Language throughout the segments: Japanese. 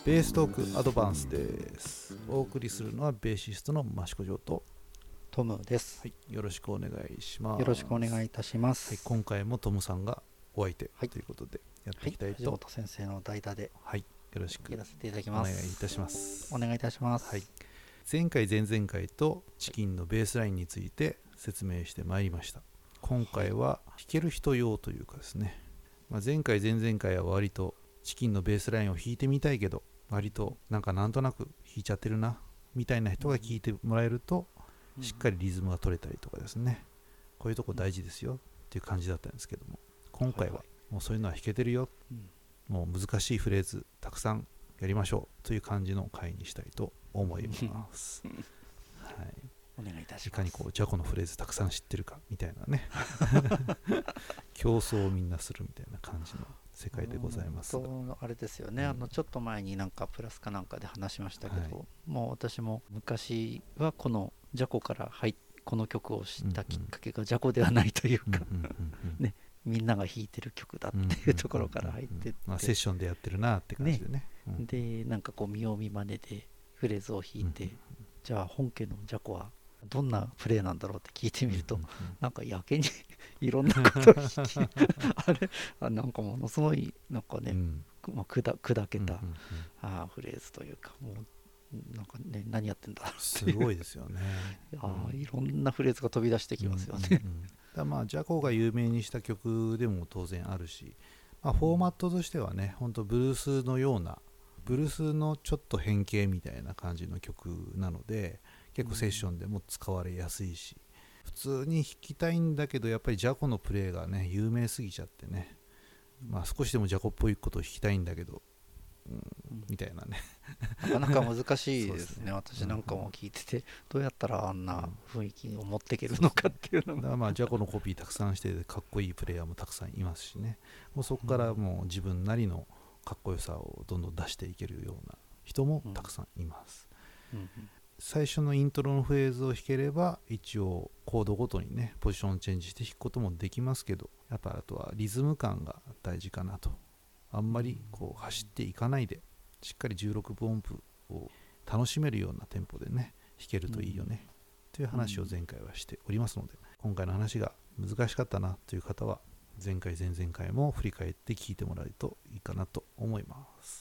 ベーストークアドバンスです。お送りするのはベーシストの益子城とトムです、 はい、よろしくお願いします。 よろしくお願いいたします。 はい、今回もトムさんがお相手ということでやっていきたいと、 藤本先生の代打ではい、よろしくやらせていただきお願います。 いたします。 お願いいたします。 はい、前回前々回とチキンのベースラインについて説明してまいりました。今回は弾ける人用というかですね、前回前々回は割とチキンのベースラインを弾いてみたいけど割となんとなく弾いちゃってるなみたいな人が聞いてもらえると、しっかりリズムが取れたりとかですね、こういうとこ大事ですよっていう感じだったんですけども、今回はもうそういうのは弾けてるよ、もう難しいフレーズたくさんやりましょうという感じの回にしたいと思います。はい、 お願いいたします。 いかにこうジャコのフレーズたくさん知ってるかみたいなね競争をみんなするみたいな感じの世界でございますが、 あれですよね、ちょっと前になんかプラスかなんかで話しましたけど、もう私も昔はこのジャコからこの曲を知ったきっかけがジャコではないというかね、みんなが弾いてる曲だっていうところから入ってって、 セッションでやってるなって感じでね、 でなんかこう見よう見まねでフレーズを弾いて、じゃあ本家のジャコはどんなプレーなんだろうって聞いてみると、なんかやけにいろんなことを弾きなんかものすごいなんかね、砕けたフレーズというか、もうなんかね、何やってんだろうってすごいですよねいろんなフレーズが飛び出してきますよね。 ジャコが有名にした曲でも当然あるし、フォーマットとしてはね、本当ブルースのようなブルースのちょっと変形みたいな感じの曲なので、結構セッションでも使われやすいし、普通に弾きたいんだけどやっぱりジャコのプレーがね有名すぎちゃってね、少しでもジャコっぽいことを弾きたいんだけど、みたいなねなかなか難しいですね。私なんかも聞いてて、どうやったらあんな雰囲気を持っていけるのかっていうのが、 だからジャコのコピーたくさんしてかっこいいプレイヤーもたくさんいますしね、もうそこからもう自分なりのかっこよさをどんどん出していけるような人もたくさんいます。最初のイントロのフレーズを弾ければ一応コードごとにねポジションチェンジして弾くこともできますけど、やっぱあとはリズム感が大事かなと。あんまりこう走っていかないでしっかり16分音符を楽しめるようなテンポでね弾けるといいよね、という話を前回はしておりますので、今回の話が難しかったなという方は前回前々回も振り返って聞いてもらえるといいかなと思います。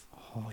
はい。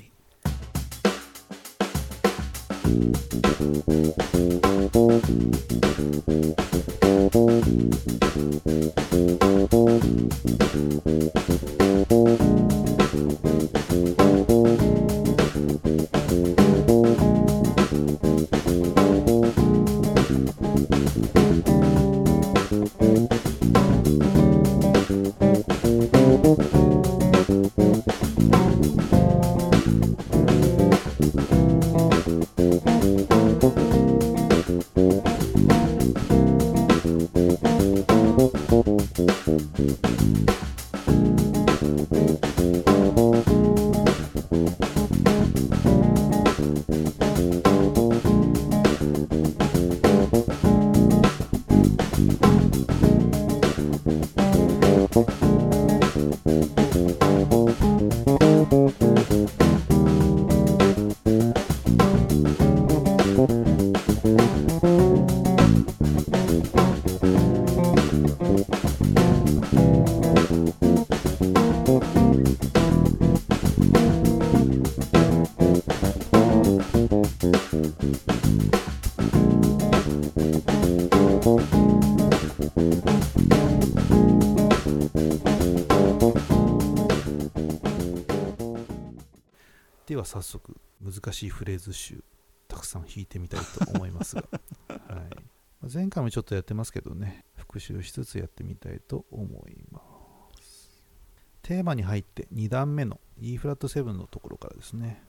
では早速難しいフレーズ集たくさん弾いてみたいと思いますが、前回もちょっとやってますけどね、復習しつつやってみたいと思います。テーマに入って2段目の E フラット7のところからですね。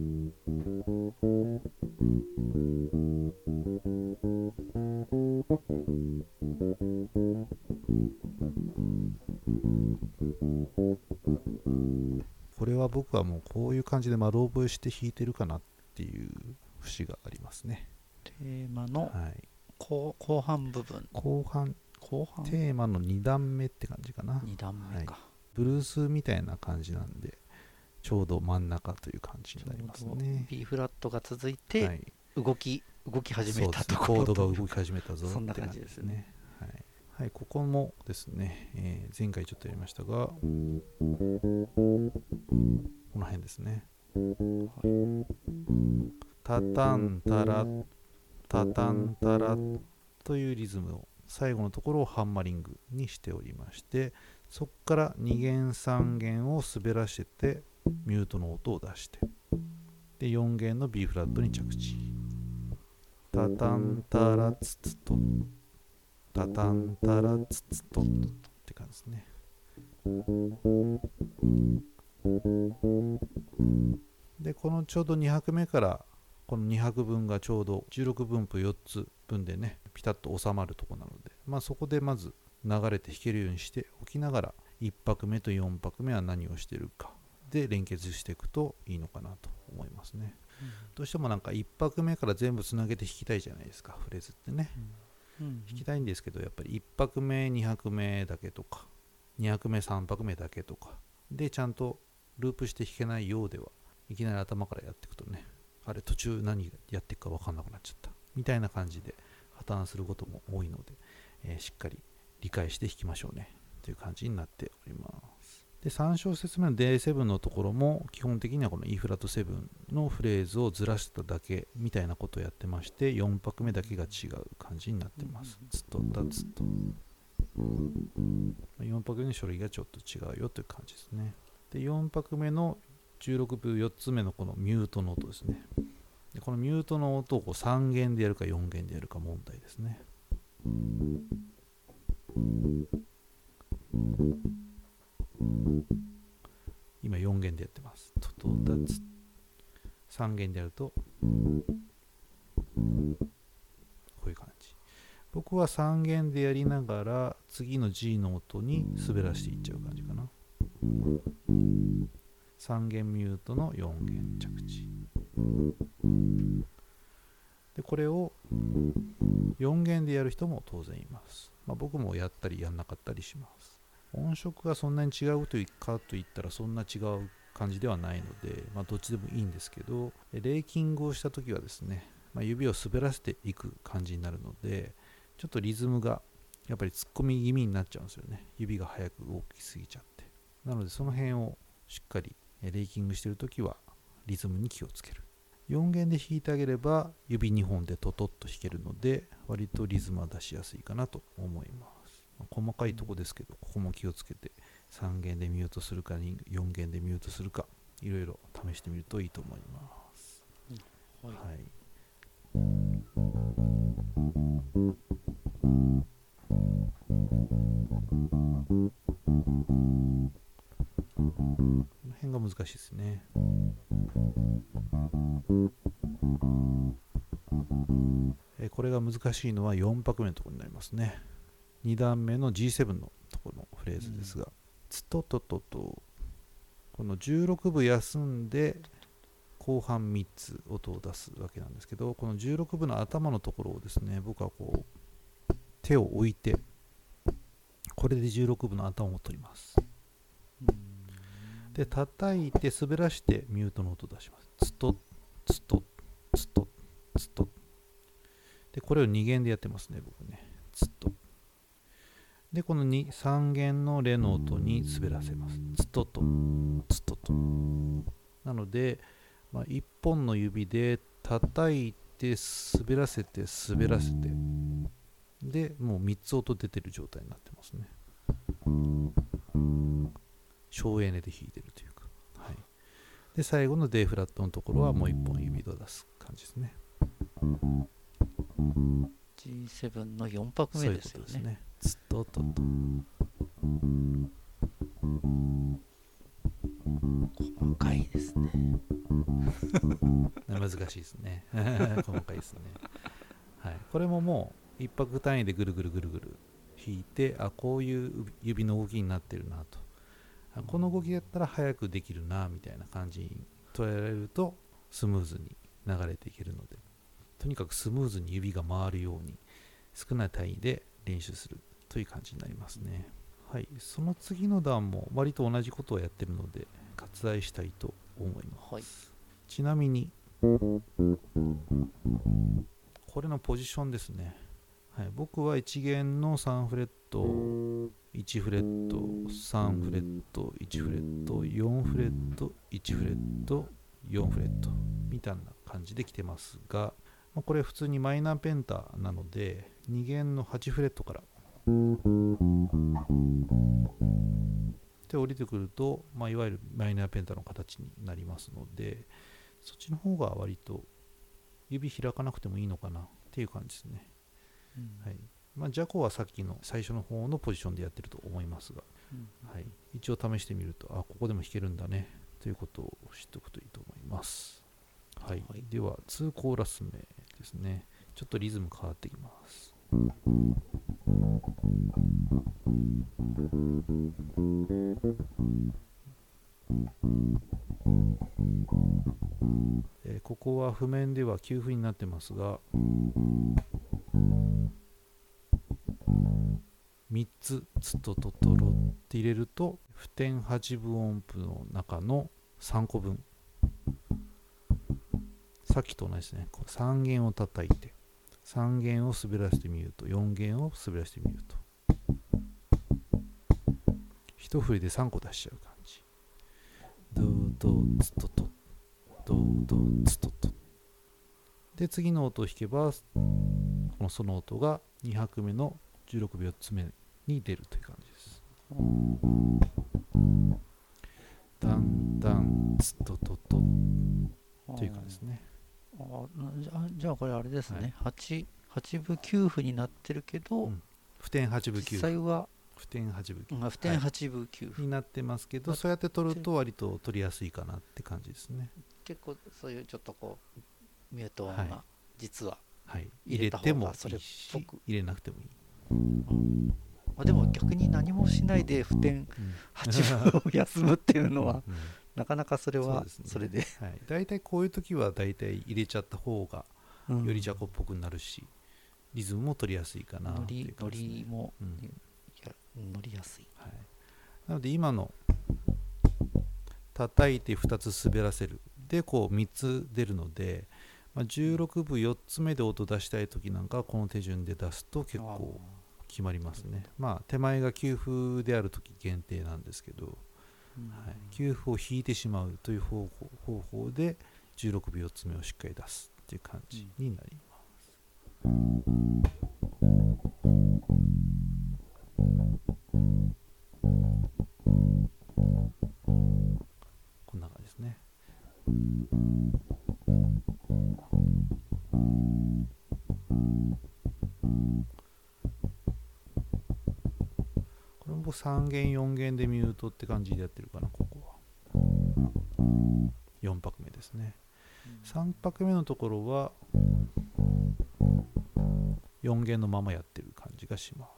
これは僕はもうこういう感じで丸覚えして弾いてるかなっていう節がありますね。 テーマの後半部分、 後半テーマの2段目って感じかな。 2段目か、 ブルースみたいな感じなんで、 ちょうど真ん中という感じになりますね。 B フラットが続いはてい、 動き始めたとこコードろとが動き始めたぞそんなって感じですね。 はい、はい、ここもですね、前回ちょっとやりましたが、この辺ですね。タタンタラタタンタラというリズムを最後のところをハンマリングにしておりまして、そこから2弦3弦を滑らせてミュートの音を出して、で4弦の B フラットに着地、タタンタラツツとタタンタラツツとって感じですね。でこのちょうど2拍目からこの2拍分がちょうど16分符4つ分でねピタッと収まるとこなので、そこでまず流れて弾けるようにしておきながら、1拍目と4拍目は何をしているかで連結していくといいのかなと思いますね。どうしてもなんか1拍目から全部つなげて弾きたいじゃないですか、フレーズってね。弾きたいんですけど、やっぱり1拍目2拍目だけとか2拍目3拍目だけとかでちゃんとループして弾けないようでは、いきなり頭からやっていくとね、あれ途中何やっていくか分かんなくなっちゃったみたいな感じで破綻することも多いので、しっかり理解して弾きましょうねという感じになっております。で3小節目の D7 のところも基本的にはこの E フラット7のフレーズをずらしただけみたいなことをやってまして、4拍目だけが違う感じになってます。ツとタツと4拍目の処理がちょっと違うよという感じですね。で4拍目の16分4つ目のこのミュートの音ですね。でこのミュートの音をこう3弦でやるか4弦でやるか問題ですね。今4弦でやってます。トトタツ。3弦でやるとこういう感じ。僕は3弦でやりながら次の G の音に滑らしていっちゃう感じかな。3弦ミュートの4弦着地で、これを4弦でやる人も当然います。僕もやったりやんなかったりします。音色がそんなに違うというかといったらそんな違う感じではないので、どっちでもいいんですけど、レイキングをした時はですね、指を滑らせていく感じになるので、ちょっとリズムがやっぱり突っ込み気味になっちゃうんですよね。指が早く動きすぎちゃって。なのでその辺をしっかりレイキングしているときはリズムに気をつける。4弦で弾いてあげれば指2本でトトッと弾けるので、割とリズムは出しやすいかなと思います。細かいとこですけど、ここも気をつけて3弦でミュートするか4弦でミュートするか、いろいろ試してみるといいと思います。はい、この辺が難しいですね。これが難しいのは4拍目のところになりますね。2段目の G7 のところのフレーズですが、ツトトトとこの16分休んで後半3つ音を出すわけなんですけど、この16分の頭のところをですね、僕はこう手を置いて、これで16分の頭を取ります。で叩いて滑らしてミュートの音を出します。ツトツトツトツトで、これを2弦でやってますね、僕ね。ツトで、この3弦のレの音に滑らせます。ツトとツトと。なので、1本の指で叩いて滑らせて滑らせて、でもう3つ音出てる状態になってますね。省エネで弾いてるというか、はい、で最後の D フラットのところはもう1本指を出す感じですね。 G7 の4拍目ですよね。そういうことですね。 ツトトト。 細かいですね。 難しいですね。細かいですね。はい、これももう1拍単位でぐるぐるぐるぐる弾いて、こういう指の動きになってるなと。この動きだったら早くできるなみたいな感じに捉えられるとスムーズに流れていけるので、とにかくスムーズに指が回るように少ない単位で練習するという感じになりますね。はい、その次の段も割と同じことをやってるので割愛したいと思います、 はい、 ちなみにこれのポジションですね、はい、僕は1弦の3フレット1フレット3フレット1フレット4フレット1フレット4フレットみたいな感じで来てますが、これ普通にマイナーペンタなので2弦の8フレットからで降りてくると、いわゆるマイナーペンタの形になりますので、そっちの方が割と指開かなくてもいいのかなっていう感じですね、はい。ジャコはさっきの最初の方のポジションでやってると思いますが、はい、一応試してみるとここでも弾けるんだねということを知っておくといいと思います、はいはい、では2コーラス目ですね。ちょっとリズム変わってきます。ここは譜面では9分になってますが3つツトトトロって入れると普天8分音符の中の3個分、さっきと同じですね。3弦を叩いて3弦を滑らせてみると4弦を滑らせてみると一振りで3個出しちゃう感じ。ドドツトトドドツトトで次の音を弾けばその音が2拍目の16秒4つ目に出るという感じです。ダンダンツトトトという感じですね。 じゃあこれあれですね、はい、8分9分になってるけど、 普天8分9分実際は普天8分9分普天8分9分になってますけど、そうやって取ると割と取りやすいかなって感じですね。 結構そういうちょっとミュート音が実は入れてもいいし入れなくてもいい、 でも逆に何もしないで普天8分を休むっていうのはなかなかそれはそれで、 だいたいこういう時はだいたい入れちゃった方がよりジャコっぽくなるし、リズムも取りやすいかなっていう感じですね。 ノリも乗りやすい、 なので今の叩いて2つ滑らせるで3つ出るので、16分4つ目で音出したい時なんかはこの手順で出すと結構決まりますね。手前が9分である時限定なんですけど、9分を弾いてしまうという方法で16分4つ目をしっかり出すっていう感じになります。こんな感じですね。これも3弦4弦でミュートって感じでやってるかな。ここは4拍目ですね。3拍目のところは4弦のままやってる感じがします。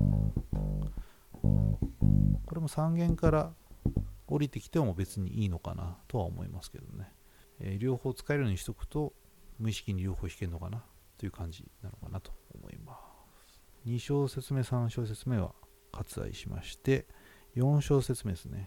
これも3弦から降りてきても別にいいのかなとは思いますけどね。両方使えるようにしとくと無意識に両方弾けるのかなという感じなのかなと思います。2小節目3小節目は割愛しまして、4小節目ですね。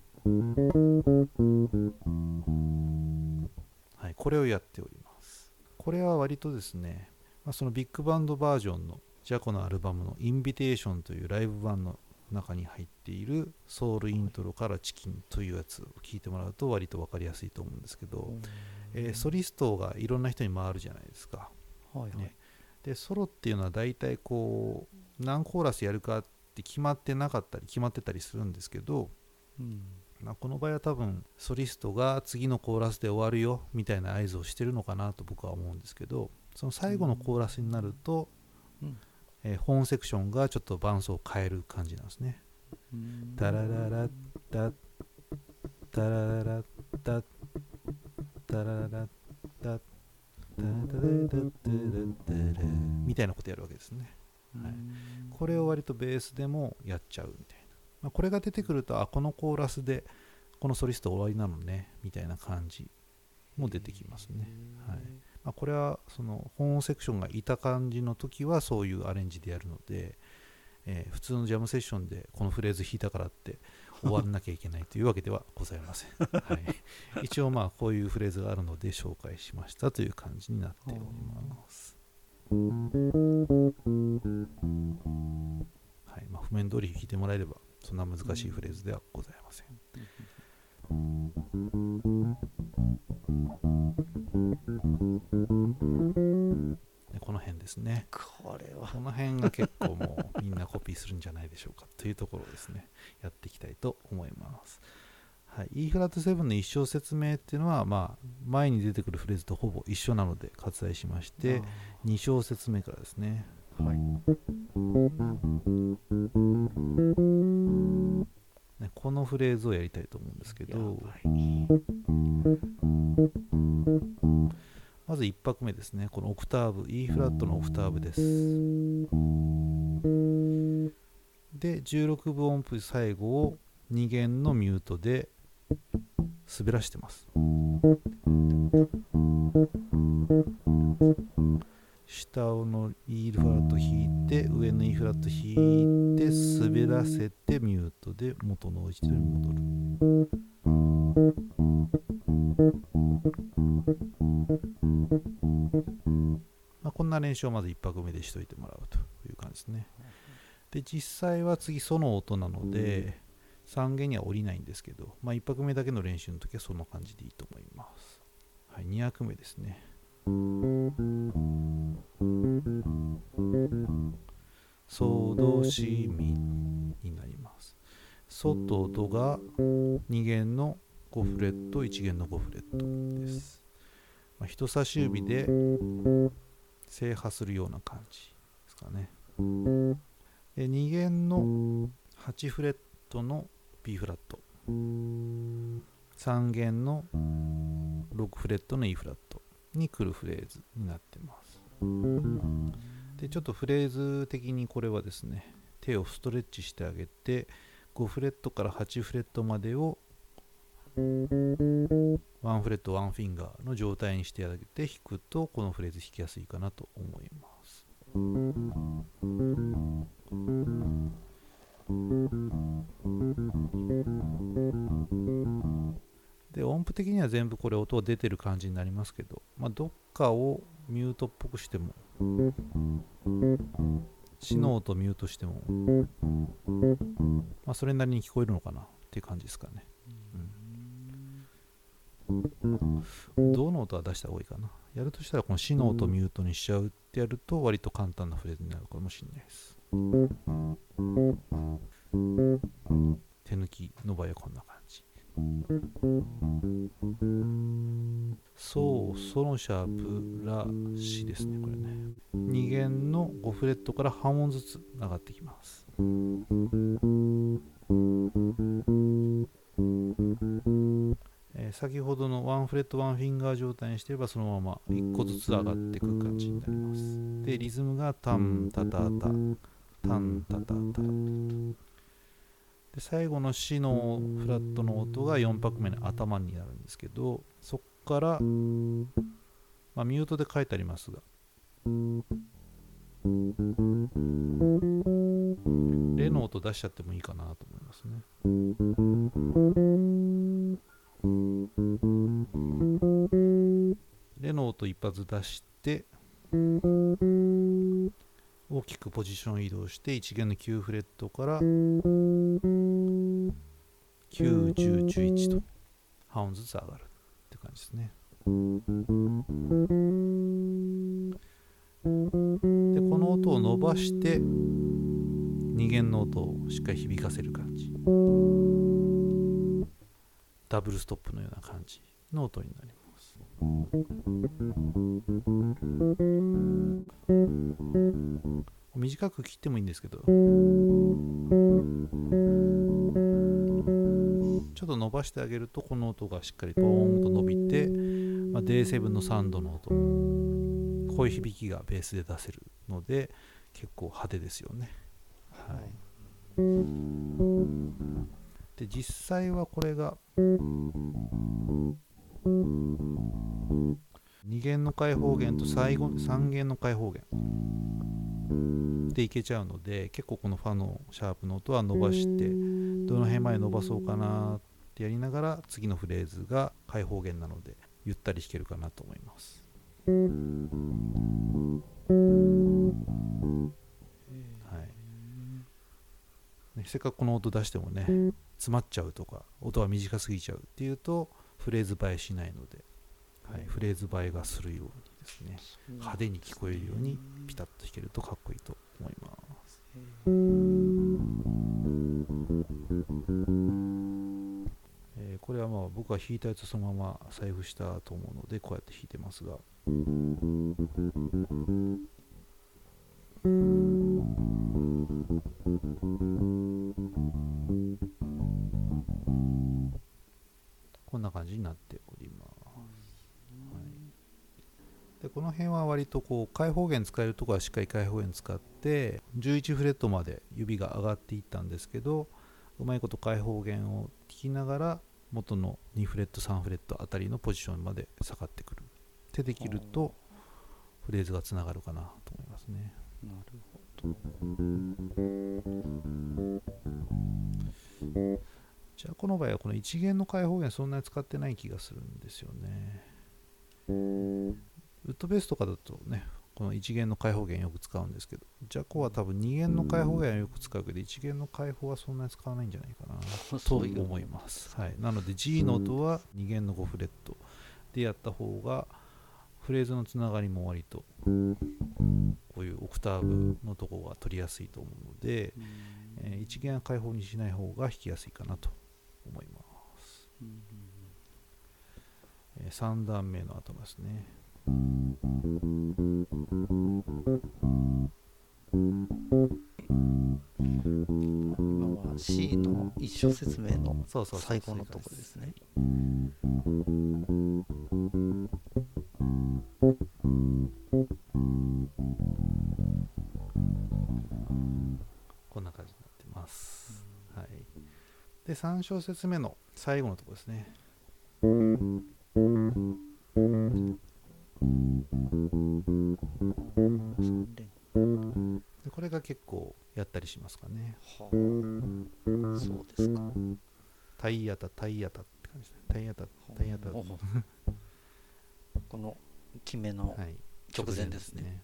これをやっております。これは割とですね、そのビッグバンドバージョンのジャコのアルバムのインビテーションというライブ版の中に入っているソウルイントロからチキンというやつを聞いてもらうと割と分かりやすいと思うんですけど、ソリストがいろんな人に回るじゃないですか、でソロっていうのは大体何コーラスやるかって決まってなかったり決まってたりするんですけど、この場合は多分ソリストが次のコーラスで終わるよみたいな合図をしてるのかなと僕は思うんですけど、その最後のコーラスになると、ホーンセクションがちょっと伴奏を変える感じなんですね。タラララッタッタラララッタッタラララッタッタララッタみたいなことやるわけですね。これを割とベースでもやっちゃうみたいな。これが出てくるとこのコーラスでこのソリスト終わりなのねみたいな感じも出てきますね。これはそのホーンセクションがいた感じの時はそういうアレンジでやるので、普通のジャムセッションでこのフレーズ弾いたからって終わらなきゃいけないというわけではございません、はい、一応こういうフレーズがあるので紹介しましたという感じになっております。はい、譜面通り弾いてもらえればそんな難しいフレーズではございません。この辺ですね。 この辺が結構もうみんなコピーするんじゃないでしょうかというところをですねやっていきたいと思います。はい、E フラット7の一小説明っていうのは前に出てくるフレーズとほぼ一緒なので割愛しまして2小節目からですね。はい、ね、このフレーズをやりたいと思うんですけど、まず1拍目ですね。このオクターブ E フラットのオクターブです。で16分音符最後を2弦のミュートで滑らしてます。下の E フラット弾いて上の E フラット弾いて滑らせてミュートで元の位置に戻る。こんな練習をまず1拍目でしといてもらうという感じですね。で実際は次ソの音なので3弦には降りないんですけど、1拍目だけの練習の時はそんな感じでいいと思います。はい、2拍目ですね。ソドシミになります。ソとドが2弦の5フレット1弦の5フレットです。人差し指で制覇するような感じですかね。で2弦の8フレットの B フラット、3弦の6フレットの E フラットに来るフレーズになってます。でちょっとフレーズ的にこれはですね、手をストレッチしてあげて5フレットから8フレットまでを1フレット1フィンガーの状態にしてあげて弾くとこのフレーズ弾きやすいかなと思います。で音符的には全部これ音出てる感じになりますけど、どっかをミュートっぽくしてもシの音ミュートしてもそれなりに聞こえるのかなっていう感じですかね。どの音は出した方がいいかな。やるとしたらこのシの音ミュートにしちゃうってやると割と簡単なフレーズになるかもしれないです。手抜きの場合はこんな感じ。ソのシャープラシですね。これね2弦の5フレットから半音ずつ上がってきます。先ほどの1フレット1フィンガー状態にしてればそのまま1個ずつ上がっていく感じになります。でリズムがタンタタタタンタタタで最後のシのフラットの音が4拍目の頭になるんですけど、そこからミュートで書いてありますがレの音出しちゃってもいいかなと思いますね。レの音一発出して大きくポジション移動して1弦の9フレットから9、10、11と半音ずつ上がるって感じですね。でこの音を伸ばして2弦の音をしっかり響かせる感じ、ダブルストップのような感じの音になります。短く切ってもいいんですけどちょっと伸ばしてあげるとこの音がしっかりポーンと伸びて、D7 の3度の音こういう響きがベースで出せるので結構派手ですよね。はい、で実際はこれが2弦の開放弦と最後3弦の開放弦でいけちゃうので結構このファのシャープの音は伸ばしてどの辺まで伸ばそうかなってやりながら次のフレーズが開放弦なのでゆったり弾けるかなと思います。せっかくこの音出してもね詰まっちゃうとか音が短すぎちゃうっていうとフレーズ映えしないので、フレーズ映えがするようにですね派手に聞こえるようにピタッと弾けるとかっこいいと思います。これはまあ僕は弾いたやつそのまま財布したと思うのでこうやって弾いてますが、こんな感じになっております。でこの辺は割とこう開放弦使えるところはしっかり開放弦使って11フレットまで指が上がっていったんですけど、うまいこと開放弦を弾きながら元の2フレット3フレットあたりのポジションまで下がってくるってできるとフレーズがつながるかなと思いますね。 なるほど。じゃあこの場合はこの1弦の開放弦そんなに使ってない気がするんですよね。ウッドベースとかだとねこの1弦の開放弦よく使うんですけど、ジャコは多分2弦の開放弦はよく使うけど1弦の開放はそんなに使わないんじゃないかなと思います。なので G の音は2弦の5フレットでやった方がフレーズのつながりも割とこういうオクターブのところが取りやすいと思うので、1弦開放にしない方が弾きやすいかなと思います。3段目の後ですね。 今は C の一小節目の最後のところですね。 こんな感じになってます。で3小節目の最後のところですね。でこれが結構やったりしますかね。 そうですか。 タイヤタタイヤタって感じですね。タイヤタタイヤタ。 この決めの直前ですね。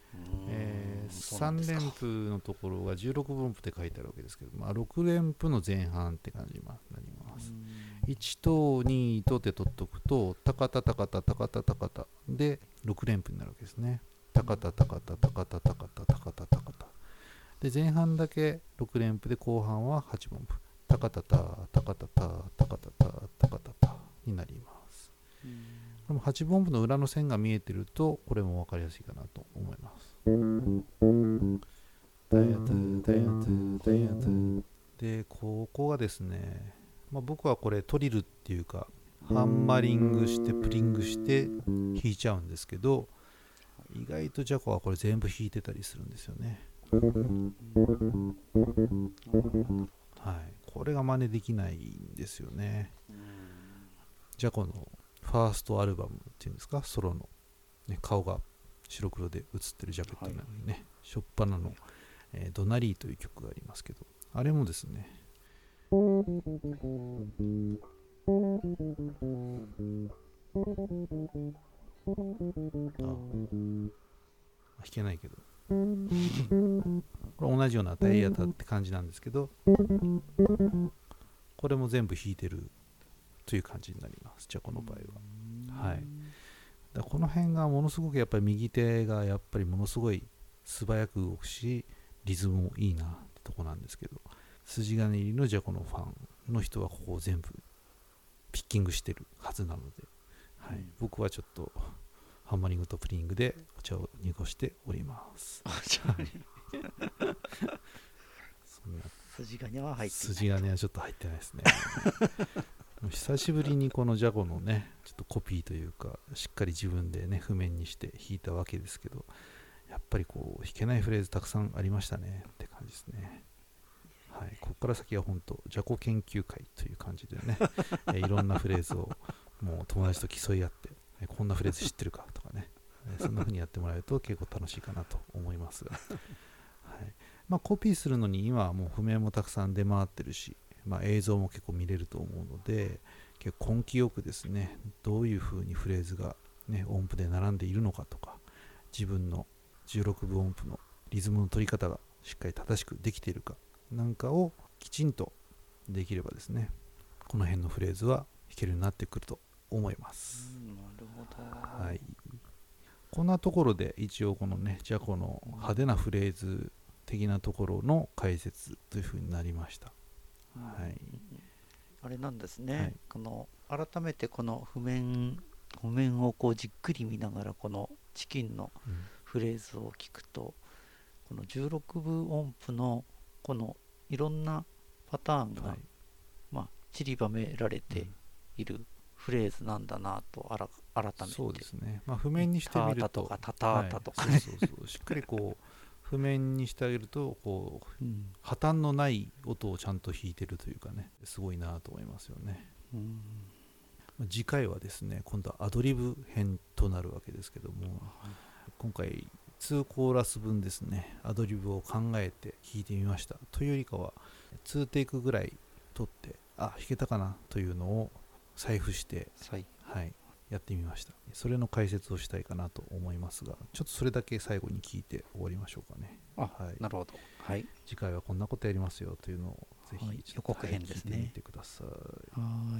3連符のところが16分符って書いてあるわけですけど、6連符の前半って感じになります。1と2とって取っとくとタカタタカタタカタタカタで6連符になるわけですね。タカタタカタタカタタカタタカタタカタで前半だけ6連符で後半は8分符タカタタタカタタタカタタタカタタになります。これも8分符の裏の線が見えてるとこれも分かりやすいかなと思います。タヤトゥタヤトゥタヤトゥでここがですね、僕はこれトリルっていうかハンマリングしてプリングして弾いちゃうんですけど、意外とジャコはこれ全部弾いてたりするんですよね。これが真似できないんですよね。ジャコのファーストアルバムっていうんですか、ソロの、顔が白黒で写ってるジャケットなのにね、初っ端の、ドナリーという曲がありますけど、あれもですね弾けないけどこれ同じようなタイヤタって感じなんですけど、これも全部弾いてるという感じになります。じゃあこの場合はだこの辺がものすごくやっぱり右手がやっぱりものすごい素早く動くしリズムもいいなってとこなんですけど、筋金入りのジャコのファンの人はここを全部ピッキングしてるはずなので、僕はちょっとハンマリングとプリングでお茶を濁しております。 筋金は入ってない。 筋金はちょっと入ってないですね。久しぶりにこのジャコのねちょっとコピーというかしっかり自分でね譜面にして弾いたわけですけど、やっぱりこう弾けないフレーズたくさんありましたねって感じですね。ここから先は本当ジャコ研究会という感じでねいろんなフレーズをもう友達と競い合ってこんなフレーズ知ってるかとかねそんな風にやってもらえると結構楽しいかなと思いますが、コピーするのに今はもう譜面もたくさん出回ってるし、 映像も結構見れると思うので、結構根気よくですね、どういう風にフレーズが、音符で並んでいるのかとか、自分の16分音符のリズムの取り方がしっかり正しくできているかなんかをきちんとできればですね、この辺のフレーズは弾けるようになってくると思います。 なるほど。 はい。こんなところで一応このね、じゃこの派手なフレーズ的なところの解説というふうになりました。はい。 あれなんですね。 はい、 この改めてこの譜面をこうじっくり見ながらこのチキンのフレーズを聞くと、この16分音符のこのいろんなパターンが、散りばめられているフレーズなんだなと改めて。 そうですね。譜面にしてみると、 タータとかタタータとか、 そうしっかりこう譜面にしてあげるとこう、破綻のない音をちゃんと弾いてるというかね、すごいなと思いますよね。次回はですね、今度はアドリブ編となるわけですけども、今回2コーラス分ですね、アドリブを考えて弾いてみました。というよりかは2テイクぐらい取って、弾けたかなというのを財布して、やってみました。それの解説をしたいかなと思いますが、ちょっとそれだけ最後に聞いて終わりましょうかね。 なるほど。 次回はこんなことやりますよというのをぜひ予告編ですね。 聞いてみてください。 はい。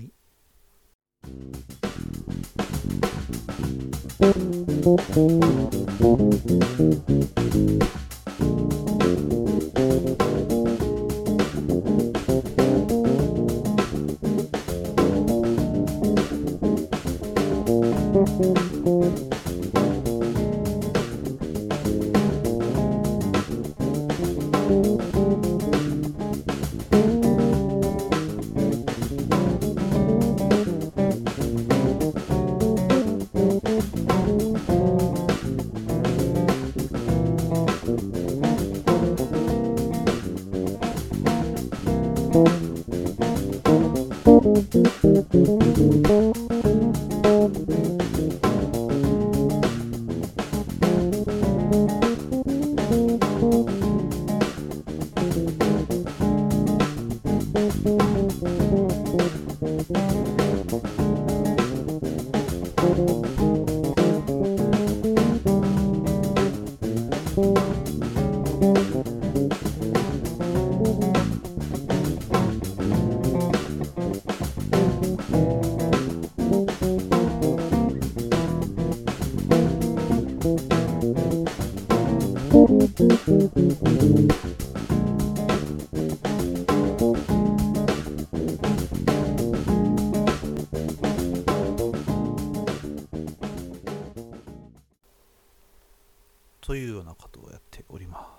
というようなことをやっております。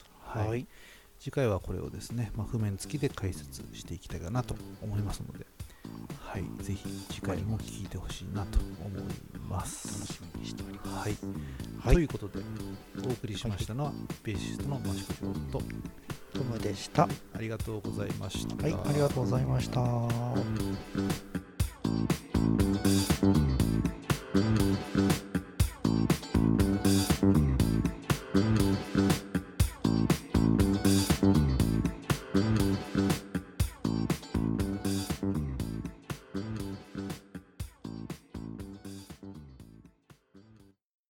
次回はこれをですね、譜面付きで解説していきたいかなと思いますので、ぜひ次回も聞いてほしいなと思います。 楽しみにしております。ということでお送りしましたのは、ベーシストの益子城とトムでした。 ありがとうございました。 ありがとうございました。